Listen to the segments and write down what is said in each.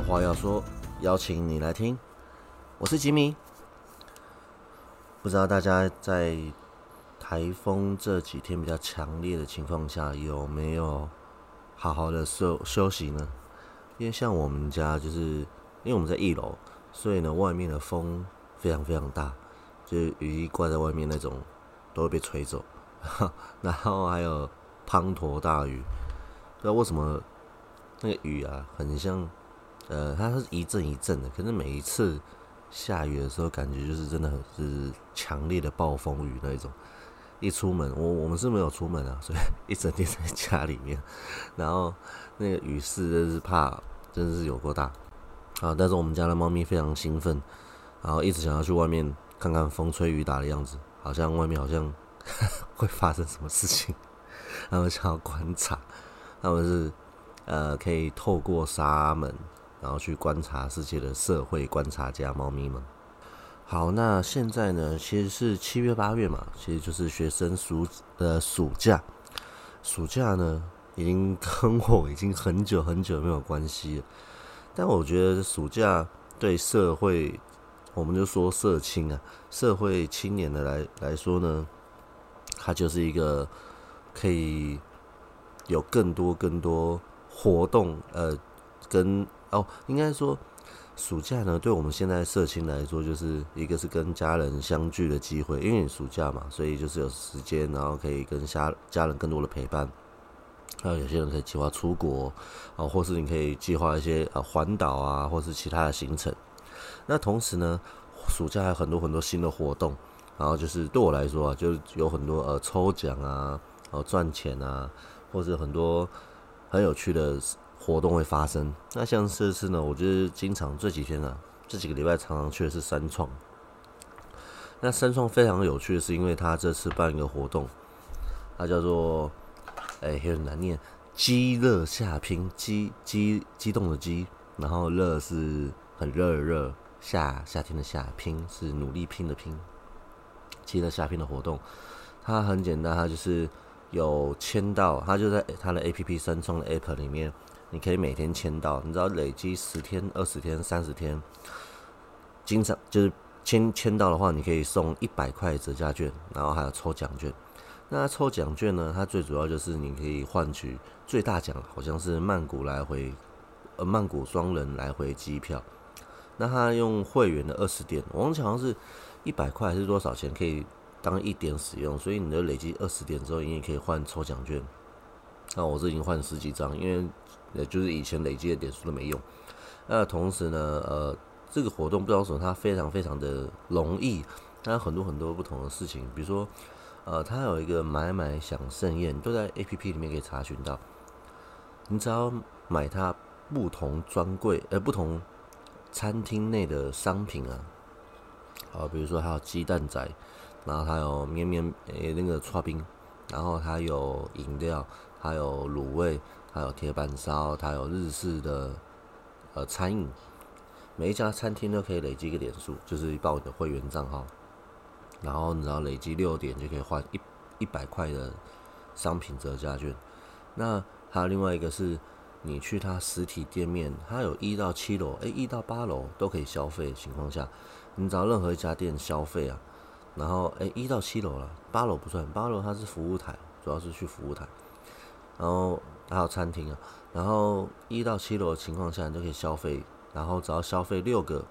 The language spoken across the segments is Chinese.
话要说，邀请你来听。我是吉米。不知道大家在台风这几天比较强烈的情况下，有没有好好的休息呢？因为像我们家因为我们在1楼，所以呢外面的风非常非常大，就是雨衣挂在外面那种都会被吹走，然后还有滂沱大雨，不知道为什么那个雨啊很像，它是一阵一阵的，可是每一次下雨的时候，感觉就是真的是强烈的暴风雨那一种。一出门，我们是没有出门啊，所以一整天在家里面，然后那个雨势真的是有够大啊！但是我们家的猫咪非常兴奋，然后一直想要去外面看看风吹雨打的样子，好像外面会发生什么事情，他们想要观察，他们是可以透过纱门，然后去观察世界的社会观察家猫咪们。好，那现在呢，其实是7月8月嘛，其实就是学生暑假。暑假呢，已经跟我很久很久没有关系了。但我觉得暑假对社会，我们就说社青啊，社会青年的来说呢，它就是一个可以有更多活动，应该说。暑假呢，对我们现在社青来说，就是一个是跟家人相聚的机会，因为你暑假嘛，所以就是有时间，然后可以跟家人更多的陪伴。还有些人可以计划出国，或是你可以计划一些环岛啊，或是其他的行程。那同时呢，暑假还有很多新的活动，然后就是对我来说啊，就是有很多抽奖啊，赚钱啊，或者很多很有趣的活动会发生。那像这次呢，我觉得经常这几个礼拜常常去的是三创。那三创非常有趣的是，因为他这次办一个活动，它叫做有点难念，激热下拼，激动的激，然后热是很热的热，夏天的夏，拼是努力拼的拼，激热下拼的活动。它很简单，它就是有签到，它就在它的 APP 三创的 App 里面。你可以每天签到，你知道累积10天、20天、30天，经常就是签到的话，你可以送100块折价券，然后还有抽奖券。那抽奖券呢，它最主要就是你可以换取最大奖，好像是曼谷双人来回机票。那它用会员的20点，我忘记好像是100块还是多少钱，可以当1点使用，所以你的累积20点之后，你也可以换抽奖券。那我已经换10几张，因为就是以前累积的点数都没用。那同时呢，这个活动不知道为什么它非常非常的容易，它有很多不同的事情，比如说，它有一个买享盛宴，都在 APP 里面可以查询到。你只要买它不同不同餐厅内的商品啊，比如说还有鸡蛋仔，然后它有那个刨冰，然后它有饮料。还有卤味，还有铁板烧，还有日式的餐饮，每一家餐厅都可以累积一个点数，就是报你的会员账号，然后你只要累积6点就可以换100块的商品折价券。那还有另外一个是，你去它实体店面，它有1到7楼，1到8楼都可以消费的情况下，你找任何一家店消费啊，然后1到7楼了，8楼不算，8楼它是服务台，主要是去服务台。然后还有餐厅啊，然后1到7楼的情况下，你就可以消费，然后只要消费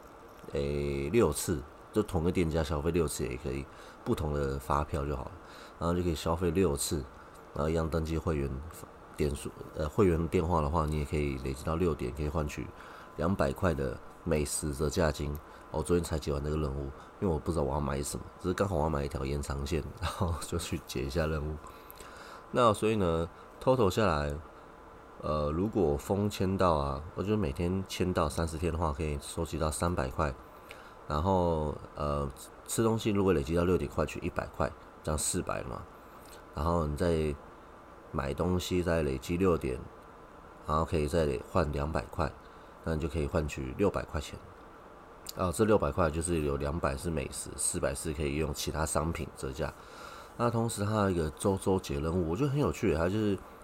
6次，就同个店家消费6次也可以，不同的发票就好了，然后就可以消费6次，然后一样登记会员点数，会员电话的话，你也可以累积到6点，可以换取200块的美食折价金。我昨天才解完这个任务，因为我不知道我要买什么，只是刚好我要买一条延长线，然后就去解一下任务。那所以呢，total 下来，如果封签到啊，我觉得每天签到30天的话，可以收集到300块。然后吃东西如果累积到6点块去100块，这样400嘛。然后你再买东西再累积6点，然后可以再换200块，那你就可以换取600块钱。这600块就是有200是美食，400是可以用其他商品折价。那同时它有一个周节任务，我觉得很有趣，它就是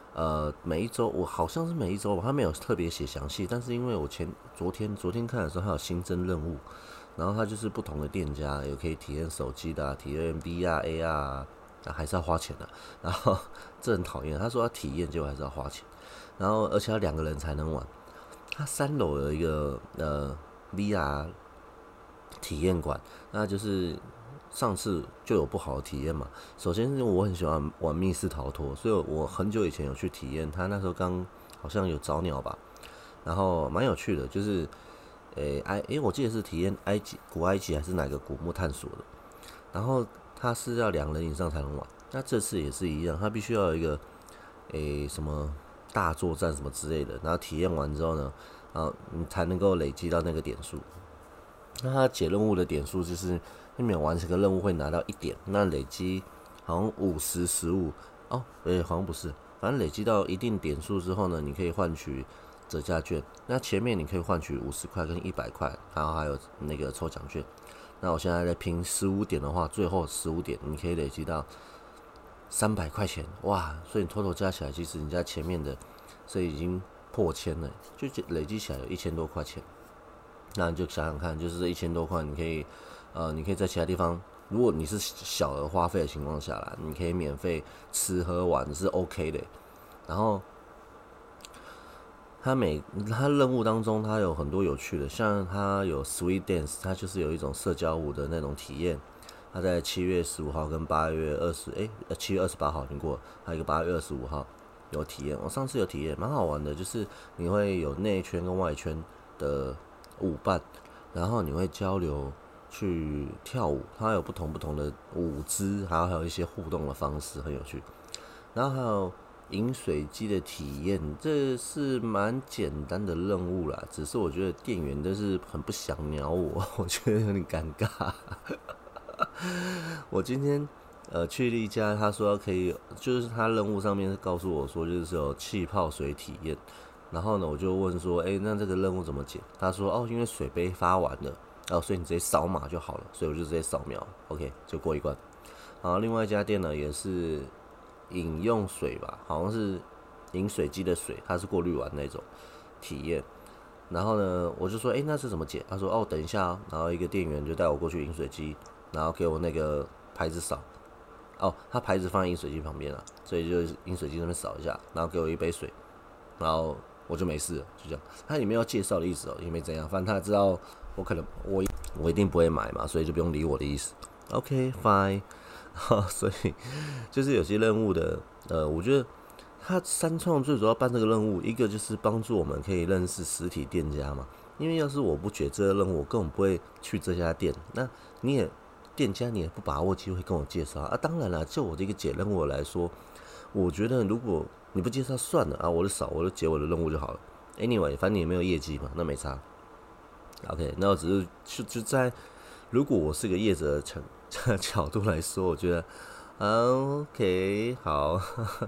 每一周我好像是每一周吧，他没有特别写详细，但是因为我昨天看的时候，他有新增任务，然后他就是不同的店家有可以体验手机的、体验 VR、AR 还是要花钱的。然后这很讨厌，他说要体验，结果还是要花钱，然后而且要2个人才能玩。他3楼有一个VR 体验馆，那就是上次就有不好的体验嘛。首先是我很喜欢玩密室逃脱，所以我很久以前有去体验。他那时候刚好像有早鸟吧，然后蛮有趣的，就是我记得是体验古埃及还是哪个古墓探索的。然后它是要2人以上才能玩，那这次也是一样，它必须要有一个什么大作战什么之类的，然后体验完之后呢，然后你才能够累积到那个点数。那它解任务的点数就是你每完成个任务会拿到1点，那累积好像50、15哦，好像不是，反正累积到一定点数之后呢，你可以换取折价券。那前面你可以换取50块跟100块，然后还有那个抽奖券。那我现在在拼15点的话，最后15点你可以累积到300块钱，哇！所以你 total 加起来，其实你家前面的，所以已经破千了，就累积起来有1000多块钱。那你就想想看，就是这1000多块，你可以在其他地方，如果你是小额花费的情况下啦，你可以免费吃喝玩是 OK 的。然后它任务当中，它有很多有趣的，像它有 Sweet Dance， 它就是有一种社交舞的那种体验。它在7月15号跟7月28号已经过了，还有一个8月25号有体验。我上次有体验，蛮好玩的，就是你会有内圈跟外圈的舞伴，然后你会交流去跳舞，它有不同的舞姿，还有一些互动的方式，很有趣。然后还有饮水机的体验，这是蛮简单的任务啦，只是我觉得店员都是很不想鸟我，我觉得有点尴尬。我今天去了一家，他说可以，就是他任务上面告诉我说，就是有气泡水体验。然后呢，我就问说，那这个任务怎么解？他说，因为水杯发完了，所以你直接扫码就好了，所以我就直接扫描，OK，就过一关。然后另外一家店呢，也是饮用水吧，好像是饮水机的水，它是过滤完那种体验。然后呢，我就说，那是怎么解？他说，等一下哦。然后一个店员就带我过去饮水机，然后给我那个牌子扫。他牌子放在饮水机旁边啊，所以就饮水机那边扫一下，然后给我一杯水，然后我就没事了，就这样。他也没有介绍的意思也没怎样，反正他知道我可能我一定不会买嘛，所以就不用理我的意思。OK fine，所以就是有些任务的，我觉得他三创最主要办这个任务，一个就是帮助我们可以认识实体店家嘛。因为要是我不觉这个任务，我根本不会去这家店。那店家你也不把握机会跟我介绍啊。当然了，就我这个解任务来说，我觉得如果你不介绍算了啊，我就解我的任务就好了。Anyway，反正你也没有业绩嘛，那没差。OK，那我只是就在如果我是个业者的角度来说，我觉得OK 好。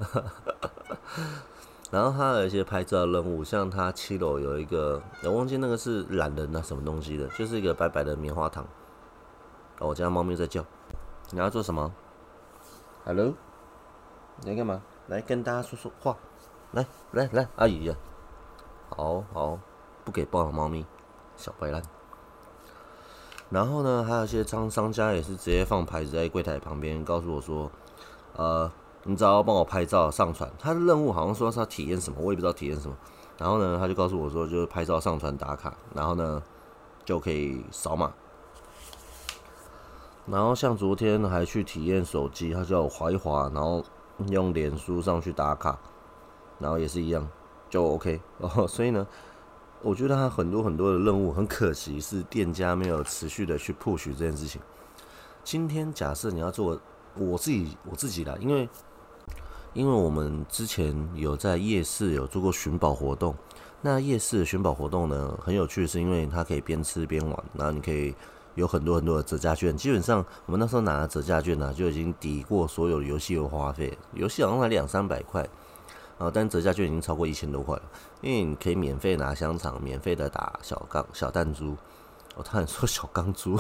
然后他有一些拍照的任务，像他7楼有一个，我忘记那个是懒人啊什么东西的，就是一个白白的棉花糖。我家猫咪在叫，你要做什么 ？Hello， 你在干嘛？来跟大家说说话，来，阿姨呀，好，不给抱的猫咪，小白烂。然后呢，还有一些商家也是直接放牌子在柜台旁边，告诉我说，你只要帮我拍照上传。他的任务好像说是要体验什么，我也不知道体验什么。然后呢，他就告诉我说，就是拍照上传打卡，然后呢就可以扫码。然后像昨天还去体验手机，他叫我滑一滑，然后用脸书上去打卡，然后也是一样，就 OK。所以呢，我觉得他很多的任务很可惜是店家没有持续的去 push 这件事情。今天假设你要做我自己啦，因为我们之前有在夜市有做过寻宝活动，那夜市的寻宝活动呢很有趣，是因为它可以边吃边玩，然后你可以有很多的折价券。基本上我们那时候拿的折价券呢，就已经抵过所有的游戏的花费，游戏好像才200-300块。但折价券已经超过1000多块了，因为你可以免费拿香肠，免费的打小弹珠，我差点说小钢珠，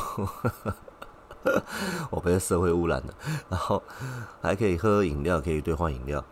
我被社会污染了。然后还可以喝饮料，可以兑换饮料。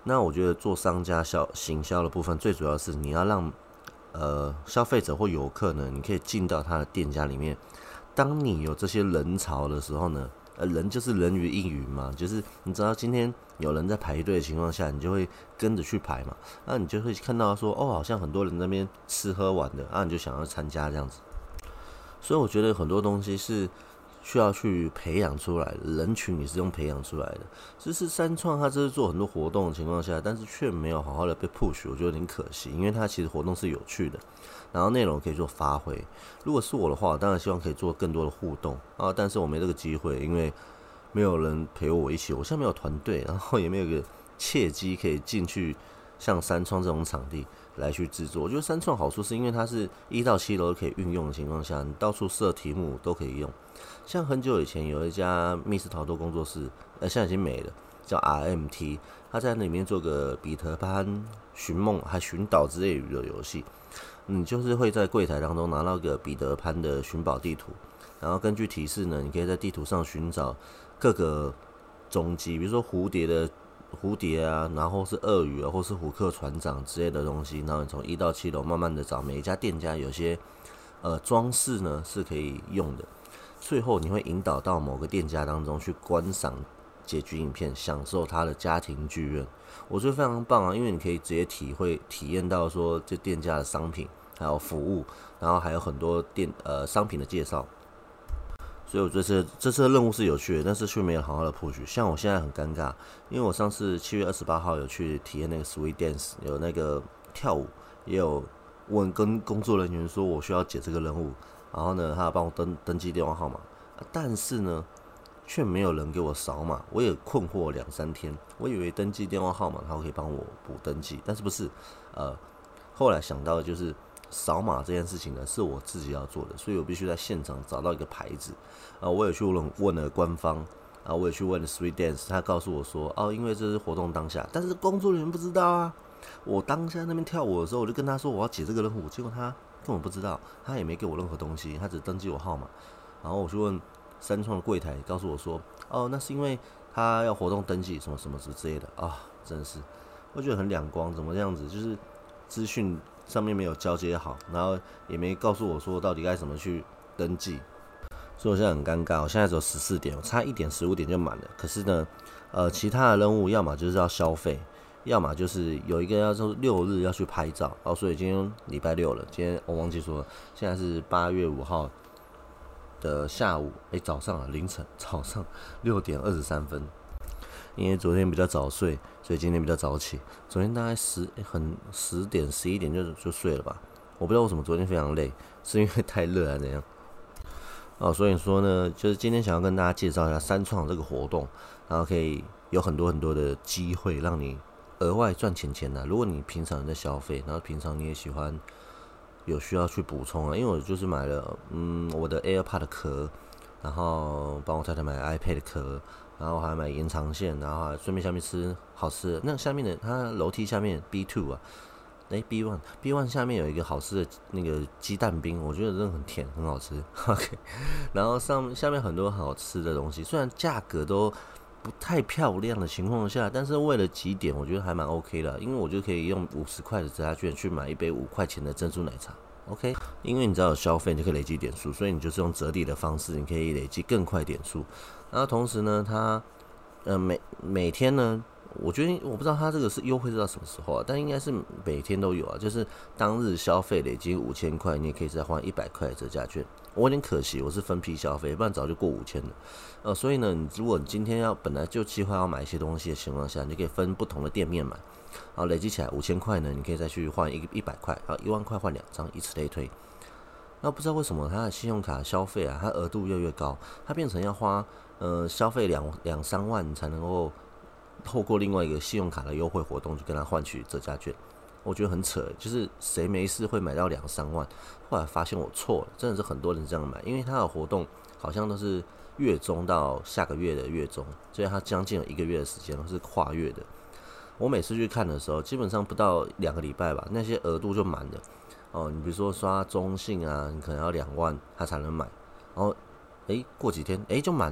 那我觉得做商家行销的部分，最主要是你要让消费者或游客呢，你可以进到他的店家里面。当你有这些人潮的时候呢，人就是人云亦云嘛，就是你知道今天有人在排队的情况下，你就会跟着去排嘛，那你就会看到说，哦，好像很多人在那边吃喝玩的，你就想要参加这样子。所以我觉得很多东西是需要去培养出来的，人群也是用培养出来的。只是三创它这是做很多活动的情况下，但是却没有好好的被 push， 我觉得有点可惜，因为它其实活动是有趣的，然后内容可以做发挥。如果是我的话，我当然希望可以做更多的互动啊，但是我没这个机会，因为没有人陪我一起，我现在没有团队，然后也没有一个契机可以进去像三创这种场地来去制作。我觉得三创好处是因为它是1到7楼可以运用的情况下，你到处设题目都可以用。像很久以前有一家密室逃脱工作室，现在已经没了，叫 RMT， 他在那里面做个彼得潘寻梦还寻岛之类的游戏。你就是会在柜台当中拿到个彼得潘的寻宝地图，然后根据提示呢，你可以在地图上寻找各个踪迹，比如说蝴蝶啊，然后是鳄鱼啊，或是虎克船长之类的东西，然后你从1到7楼慢慢的找，每一家店家有些装饰呢是可以用的。最后你会引导到某个店家当中去观赏结局影片，享受他的家庭剧院，我觉得非常棒啊！因为你可以直接体验到说这店家的商品还有服务，然后还有很多商品的介绍。所以我觉得这次的任务是有趣的，但是却没有好好的push。像我现在很尴尬，因为我上次7月28号有去体验那个 Sweet Dance， 有那个跳舞，也有跟工作人员说我需要解这个任务，然后呢，他要帮我登记电话号码，但是呢，却没有人给我扫码，我也困惑2-3天。我以为登记电话号码他可以帮我补登记，但是不是？后来想到的就是扫码这件事情呢，是我自己要做的，所以我必须在现场找到一个牌子。我也去问了官方，我也去问了 Sweet Dance， 他告诉我说，因为这是活动当下，但是工作人员不知道啊。我当下那边跳舞的时候，我就跟他说我要解这个任务，结果他根本不知道，他也没给我任何东西，他只登记我号码。然后我去问三创的柜台，告诉我说，那是因为他要活动登记什么什么之类的啊，真的是，我觉得很两光，怎么这样子？就是资讯上面没有交接好，然后也没告诉我说到底该怎么去登记，所以我现在很尴尬。我现在只有14点，我差1点15点就满了。可是呢，其他的任务要么就是要消费，要么就是有一个要说6日要去拍照，所以今天礼拜6了，今天我忘记说了，现在是8月5号的下午，早上凌晨早上6点23分。因为昨天比较早睡，所以今天比较早起。昨天大概10点11点就睡了吧。我不知道为什么昨天非常累，是因为太热还是怎样？所以说呢，就是今天想要跟大家介绍一下三创这个活动，然后可以有很多很多的机会让你额外赚钱呐。如果你平常在消费，然后平常你也喜欢有需要去补充因为我就是买了我的 AirPod 的壳，然后帮我太太买 iPad 的壳。然后还买延长线，然后还顺便下面吃好吃的。那下面的它楼梯下面 B2 啊，B1 下面有一个好吃的那个鸡蛋冰，我觉得真的很甜，很好吃。OK， 然后下面很多好吃的东西，虽然价格都不太漂亮的情况下，但是为了几点，我觉得还蛮 OK 的，因为我就可以用50块的折价券去买一杯5块钱的珍珠奶茶。OK， 因为你只要有消费，你就可以累积点数，所以你就是用折抵的方式，你可以累积更快点数。然后同时呢，它每天呢，我觉得我不知道它这个是优惠是到什么时候啊，但应该是每天都有啊。就是当日消费累积5000块，你也可以再换100块的折价券。我有点可惜，我是分批消费，不然早就过5000了。所以呢，如果你今天本来就计划要买一些东西的情况下，你可以分不同的店面买。累积起来5000块呢，你可以再去换100块，1万块换2张，以此类推。那不知道为什么它的信用卡消费它额度越来越高，它变成要花消费2-3万才能够透过另外一个信用卡的优惠活动去跟它换取折价券。我觉得很扯，就是谁没事会买到2-3万？后来发现我错了，真的是很多人这样买，因为它的活动好像都是月中到下个月的月中，所以它将近有1个月的时间是跨月的。我每次去看的时候，基本上不到2个礼拜吧，那些额度就满了。你比如说刷中信啊，你可能要2万他才能买，然后过几天就满了，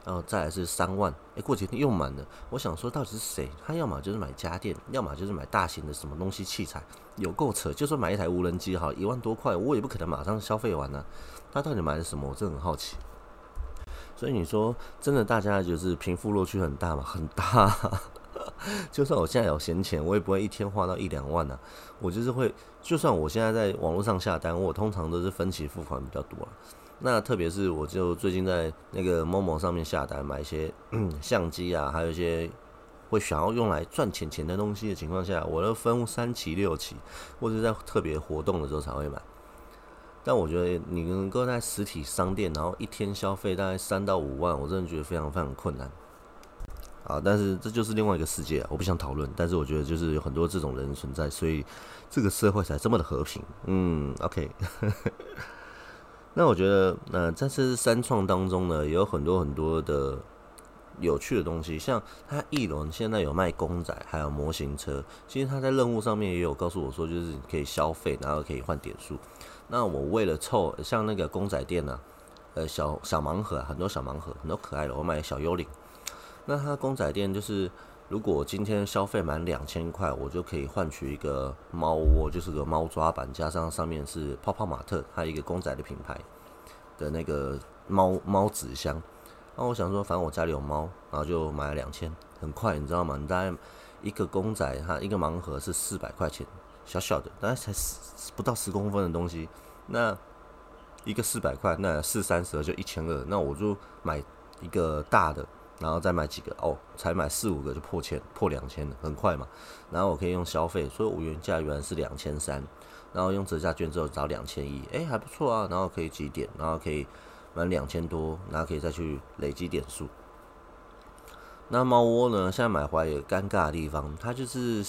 然后再来是3万，过几天又满了。我想说到底是谁？他要么就是买家电，要么就是买大型的什么东西器材，有够扯。就说买一台无人机好，1万多块，我也不可能马上消费完啊。他到底买了什么？我真的很好奇。所以你说真的，大家就是贫富落区很大嘛？很大。就算我现在有闲钱，我也不会一天花到1-2万啊。我就是会，就算我现在在网络上下单，我通常都是分期付款比较多啊。那特别是我就最近在那个 Momo 上面下单买一些相机啊，还有一些会想要用来赚钱的东西的情况下，我都分3期、6期，或者在特别活动的时候才会买。但我觉得你能够在实体商店，然后一天消费大概3到5万，我真的觉得非常非常困难。啊，但是这就是另外一个世界啊，我不想讨论。但是我觉得就是有很多这种人存在，所以这个社会才这么的和平。OK 那我觉得，在这三创当中呢，也有很多很多的有趣的东西，像它一轮现在有卖公仔，还有模型车。其实它在任务上面也有告诉我说，就是你可以消费，然后可以换点数。那我为了凑，像那个公仔店啊，小盲盒啊，很多小盲盒，很多可爱的，我买小幽灵。那它公仔店就是，如果今天消费满2000块，我就可以换取一个猫窝，就是个猫抓板，加上上面是泡泡玛特，它一个公仔的品牌的那个猫纸箱。那我想说，反正我家里有猫，然后就买了2000，很快，你知道吗？你大概一个公仔，它一个盲盒是400块钱，小小的，大概才不到10公分的东西，那一个400块，那40-30就1200，那我就买一个大的。然后再买几个才买4-5个就破2000了，很快嘛。然后我可以用消费，所以我原价原来是2300，然后用折价券之后找2100，还不错啊。然后可以积点，然后可以满2000多，然后可以再去累积点数。那猫窝呢，现在买回来有尴尬的地方，它就是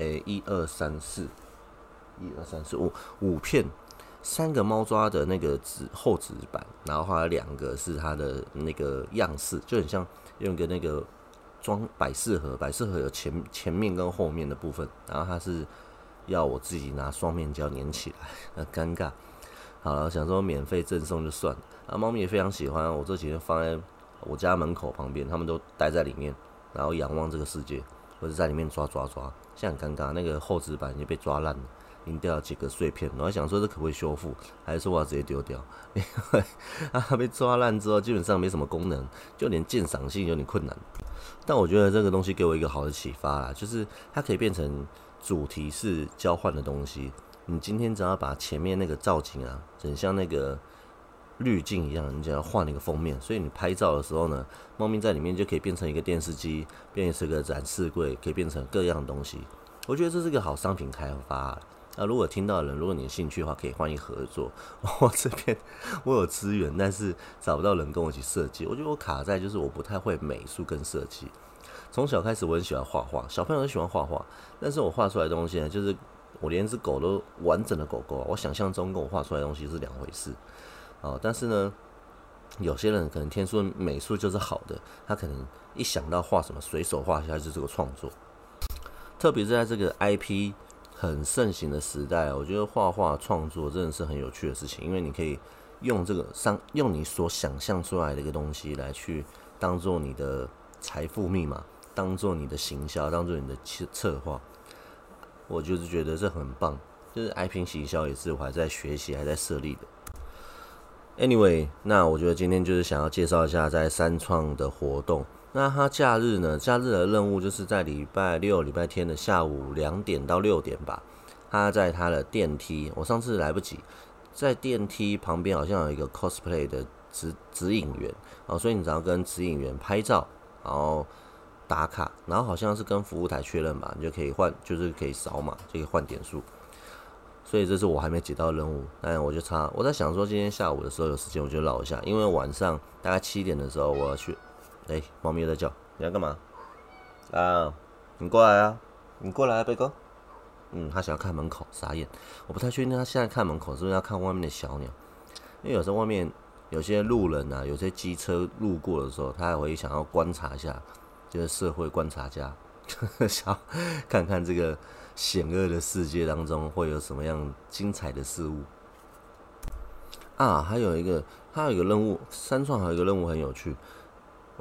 5片。3个猫抓的那个厚纸板，然后还有2个是它的那个样式，就很像用一个那个装摆饰盒，摆饰盒有前面跟后面的部分，然后它是要我自己拿双面胶粘起来，很尴尬。好了，想说免费赠送就算了，猫咪也非常喜欢，我这几天放在我家门口旁边，它们都待在里面，然后仰望这个世界，或者在里面抓，现在很尴尬，那个厚纸板已经被抓烂了。掉了几个碎片，然后想说这可不可以修复，还是说我要直接丢掉？因为它被抓烂之后，基本上没什么功能，就连鉴赏性有点困难。但我觉得这个东西给我一个好的启发啦，就是它可以变成主题式交换的东西。你今天只要把前面那个造景啊，很像那个滤镜一样，你只要换一个封面，所以你拍照的时候呢，猫咪在里面就可以变成一个电视机，变成一个展示柜，可以变成各样的东西。我觉得这是个好商品开发。如果听到的人，如果你有兴趣的话，可以欢迎合作。我这边我有资源，但是找不到人跟我一起设计。我觉得我卡在就是我不太会美术跟设计。从小开始我很喜欢画画，小朋友都喜欢画画，但是我画出来的东西呢，就是我连只狗都完整的狗狗，我想象中跟我画出来的东西是2回事。但是呢，有些人可能天生美术就是好的，他可能一想到画什么，随手画下就是个创作。特别是在这个 IP很盛行的时代，我觉得画画创作真的是很有趣的事情，因为你可以用用你所想象出来的一个东西来去当做你的财富密码，当做你的行销，当做你的策划。我就是觉得这很棒，就是 IP 行销也是我还在学习，还在设立的。Anyway， 那我觉得今天就是想要介绍一下在三创的活动。那它假日呢？假日的任务就是在礼拜6、礼拜天的下午2点到6点吧。它在它的电梯，我上次来不及，在电梯旁边好像有一个 cosplay 的指引员所以你只要跟指引员拍照，然后打卡，然后好像是跟服务台确认吧，你就可以换，就是可以扫码就可以换点数。所以这是我还没解到任务，但我在想说今天下午的时候有时间我就绕一下，因为晚上大概7点的时候我要去。猫咪在叫，你要干嘛？你过来啊！你过来啊，贝哥。他想要看门口，傻眼。我不太确定他现在看门口是不是要看外面的小鸟，因为有时候外面有些路人啊，有些机车路过的时候，他还会想要观察一下，就是社会观察家，想要看看这个险恶的世界当中会有什么样精彩的事物。还有一个任务，三创还有一个任务很有趣。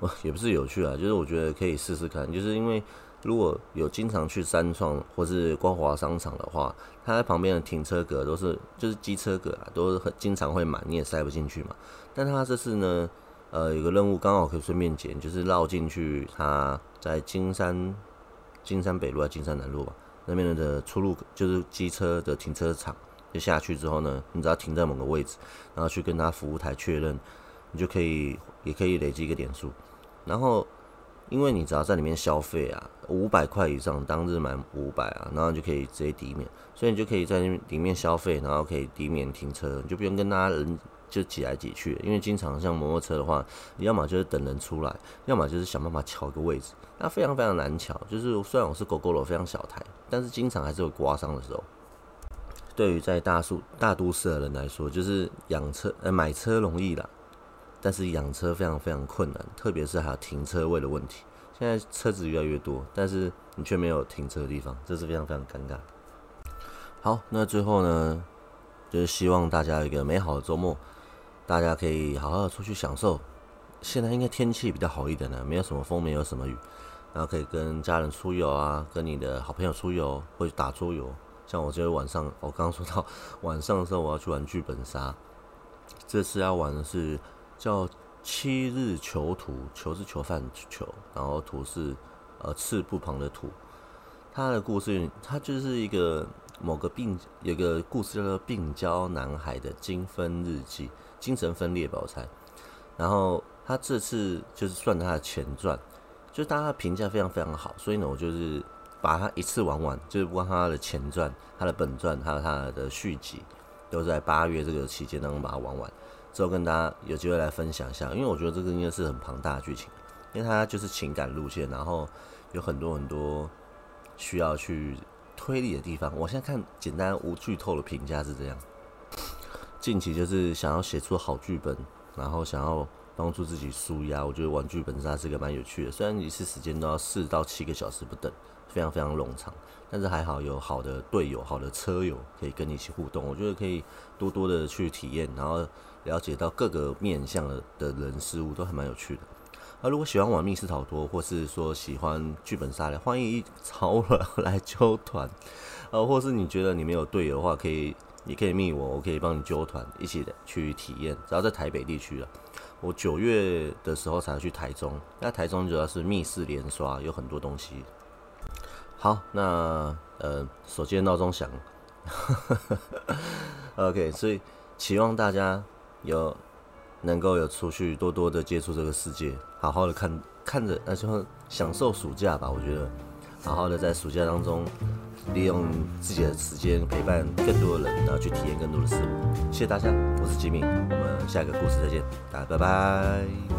也不是有趣啊，就是我觉得可以试试看，就是因为如果有经常去三创或是光华商场的话，它在旁边的停车格都是就是机车格啊，都是很经常会满，你也塞不进去嘛。但它这次呢，有个任务刚好可以顺便捡，就是绕进去，它在金山北路还是金山南路吧，那边的出入就是机车的停车场。就下去之后呢，你只要停在某个位置，然后去跟他服务台确认，你就可以也可以累积一个点数。然后，因为你只要在里面消费啊，500块以上，当日满500啊，然后你就可以直接抵免，所以你就可以在里面消费，然后可以抵免停车，你就不用跟大家人就挤来挤去。因为经常像摩托车的话，你要么就是等人出来，要么就是想办法抢一个位置，那非常非常难抢。就是虽然我是GoGoRo非常小台，但是经常还是有刮伤的时候。对于在大都市的人来说，就是买车容易啦，但是养车非常非常困难，特别是还有停车位的问题。现在车子越来越多，但是你却没有停车的地方，这是非常非常尴尬。好，那最后呢，就是希望大家有一个美好的周末，大家可以好好的出去享受。现在应该天气比较好一点了，没有什么风，没有什么雨，然后可以跟家人出游啊，跟你的好朋友出游，或者打桌游。像我今天晚上，我刚刚说到晚上的时候，我要去玩剧本杀。这次要玩的是叫七日囚徒，囚是囚犯囚，然后徒是赤部旁的徒。他的故事，他就是一个有个故事叫做病娇男孩的精分日记，精神分裂吧我猜。然后他这次就是算他的前传，就是大家评价非常非常好，所以呢，我就是把它一次玩完，就是不管他的前传、他的本传，还有他的续集，都在8月这个期间当中把它玩完。之后跟大家有机会来分享一下，因为我觉得这个应该是很庞大的剧情，因为它就是情感路线，然后有很多很多需要去推理的地方。我现在看简单无剧透的评价是这样：近期就是想要写出好剧本，然后想要帮助自己舒压，我觉得玩剧本杀是个蛮有趣的。虽然一次时间都要4到7个小时不等，非常非常冗长，但是还好有好的队友、好的车友可以跟你一起互动，我觉得可以多多的去体验，然后了解到各个面向的人事物都还蛮有趣的。如果喜欢玩密室逃脱，或是说喜欢剧本杀的，欢迎找我来揪团。或是你觉得你没有队友的话，也可以密我，我可以帮你揪团，一起去体验。只要在台北地区了，我9月的时候才去台中，那台中主要是密室连刷，有很多东西。好，那手机的闹钟响，OK， 所以期望大家能够有出去多多的接触这个世界，好好的看着，而且享受暑假吧。我觉得好好的在暑假当中，利用自己的时间陪伴更多的人，然后去体验更多的事物。谢谢大家，我是吉米，我们下一个故事再见，大家拜拜。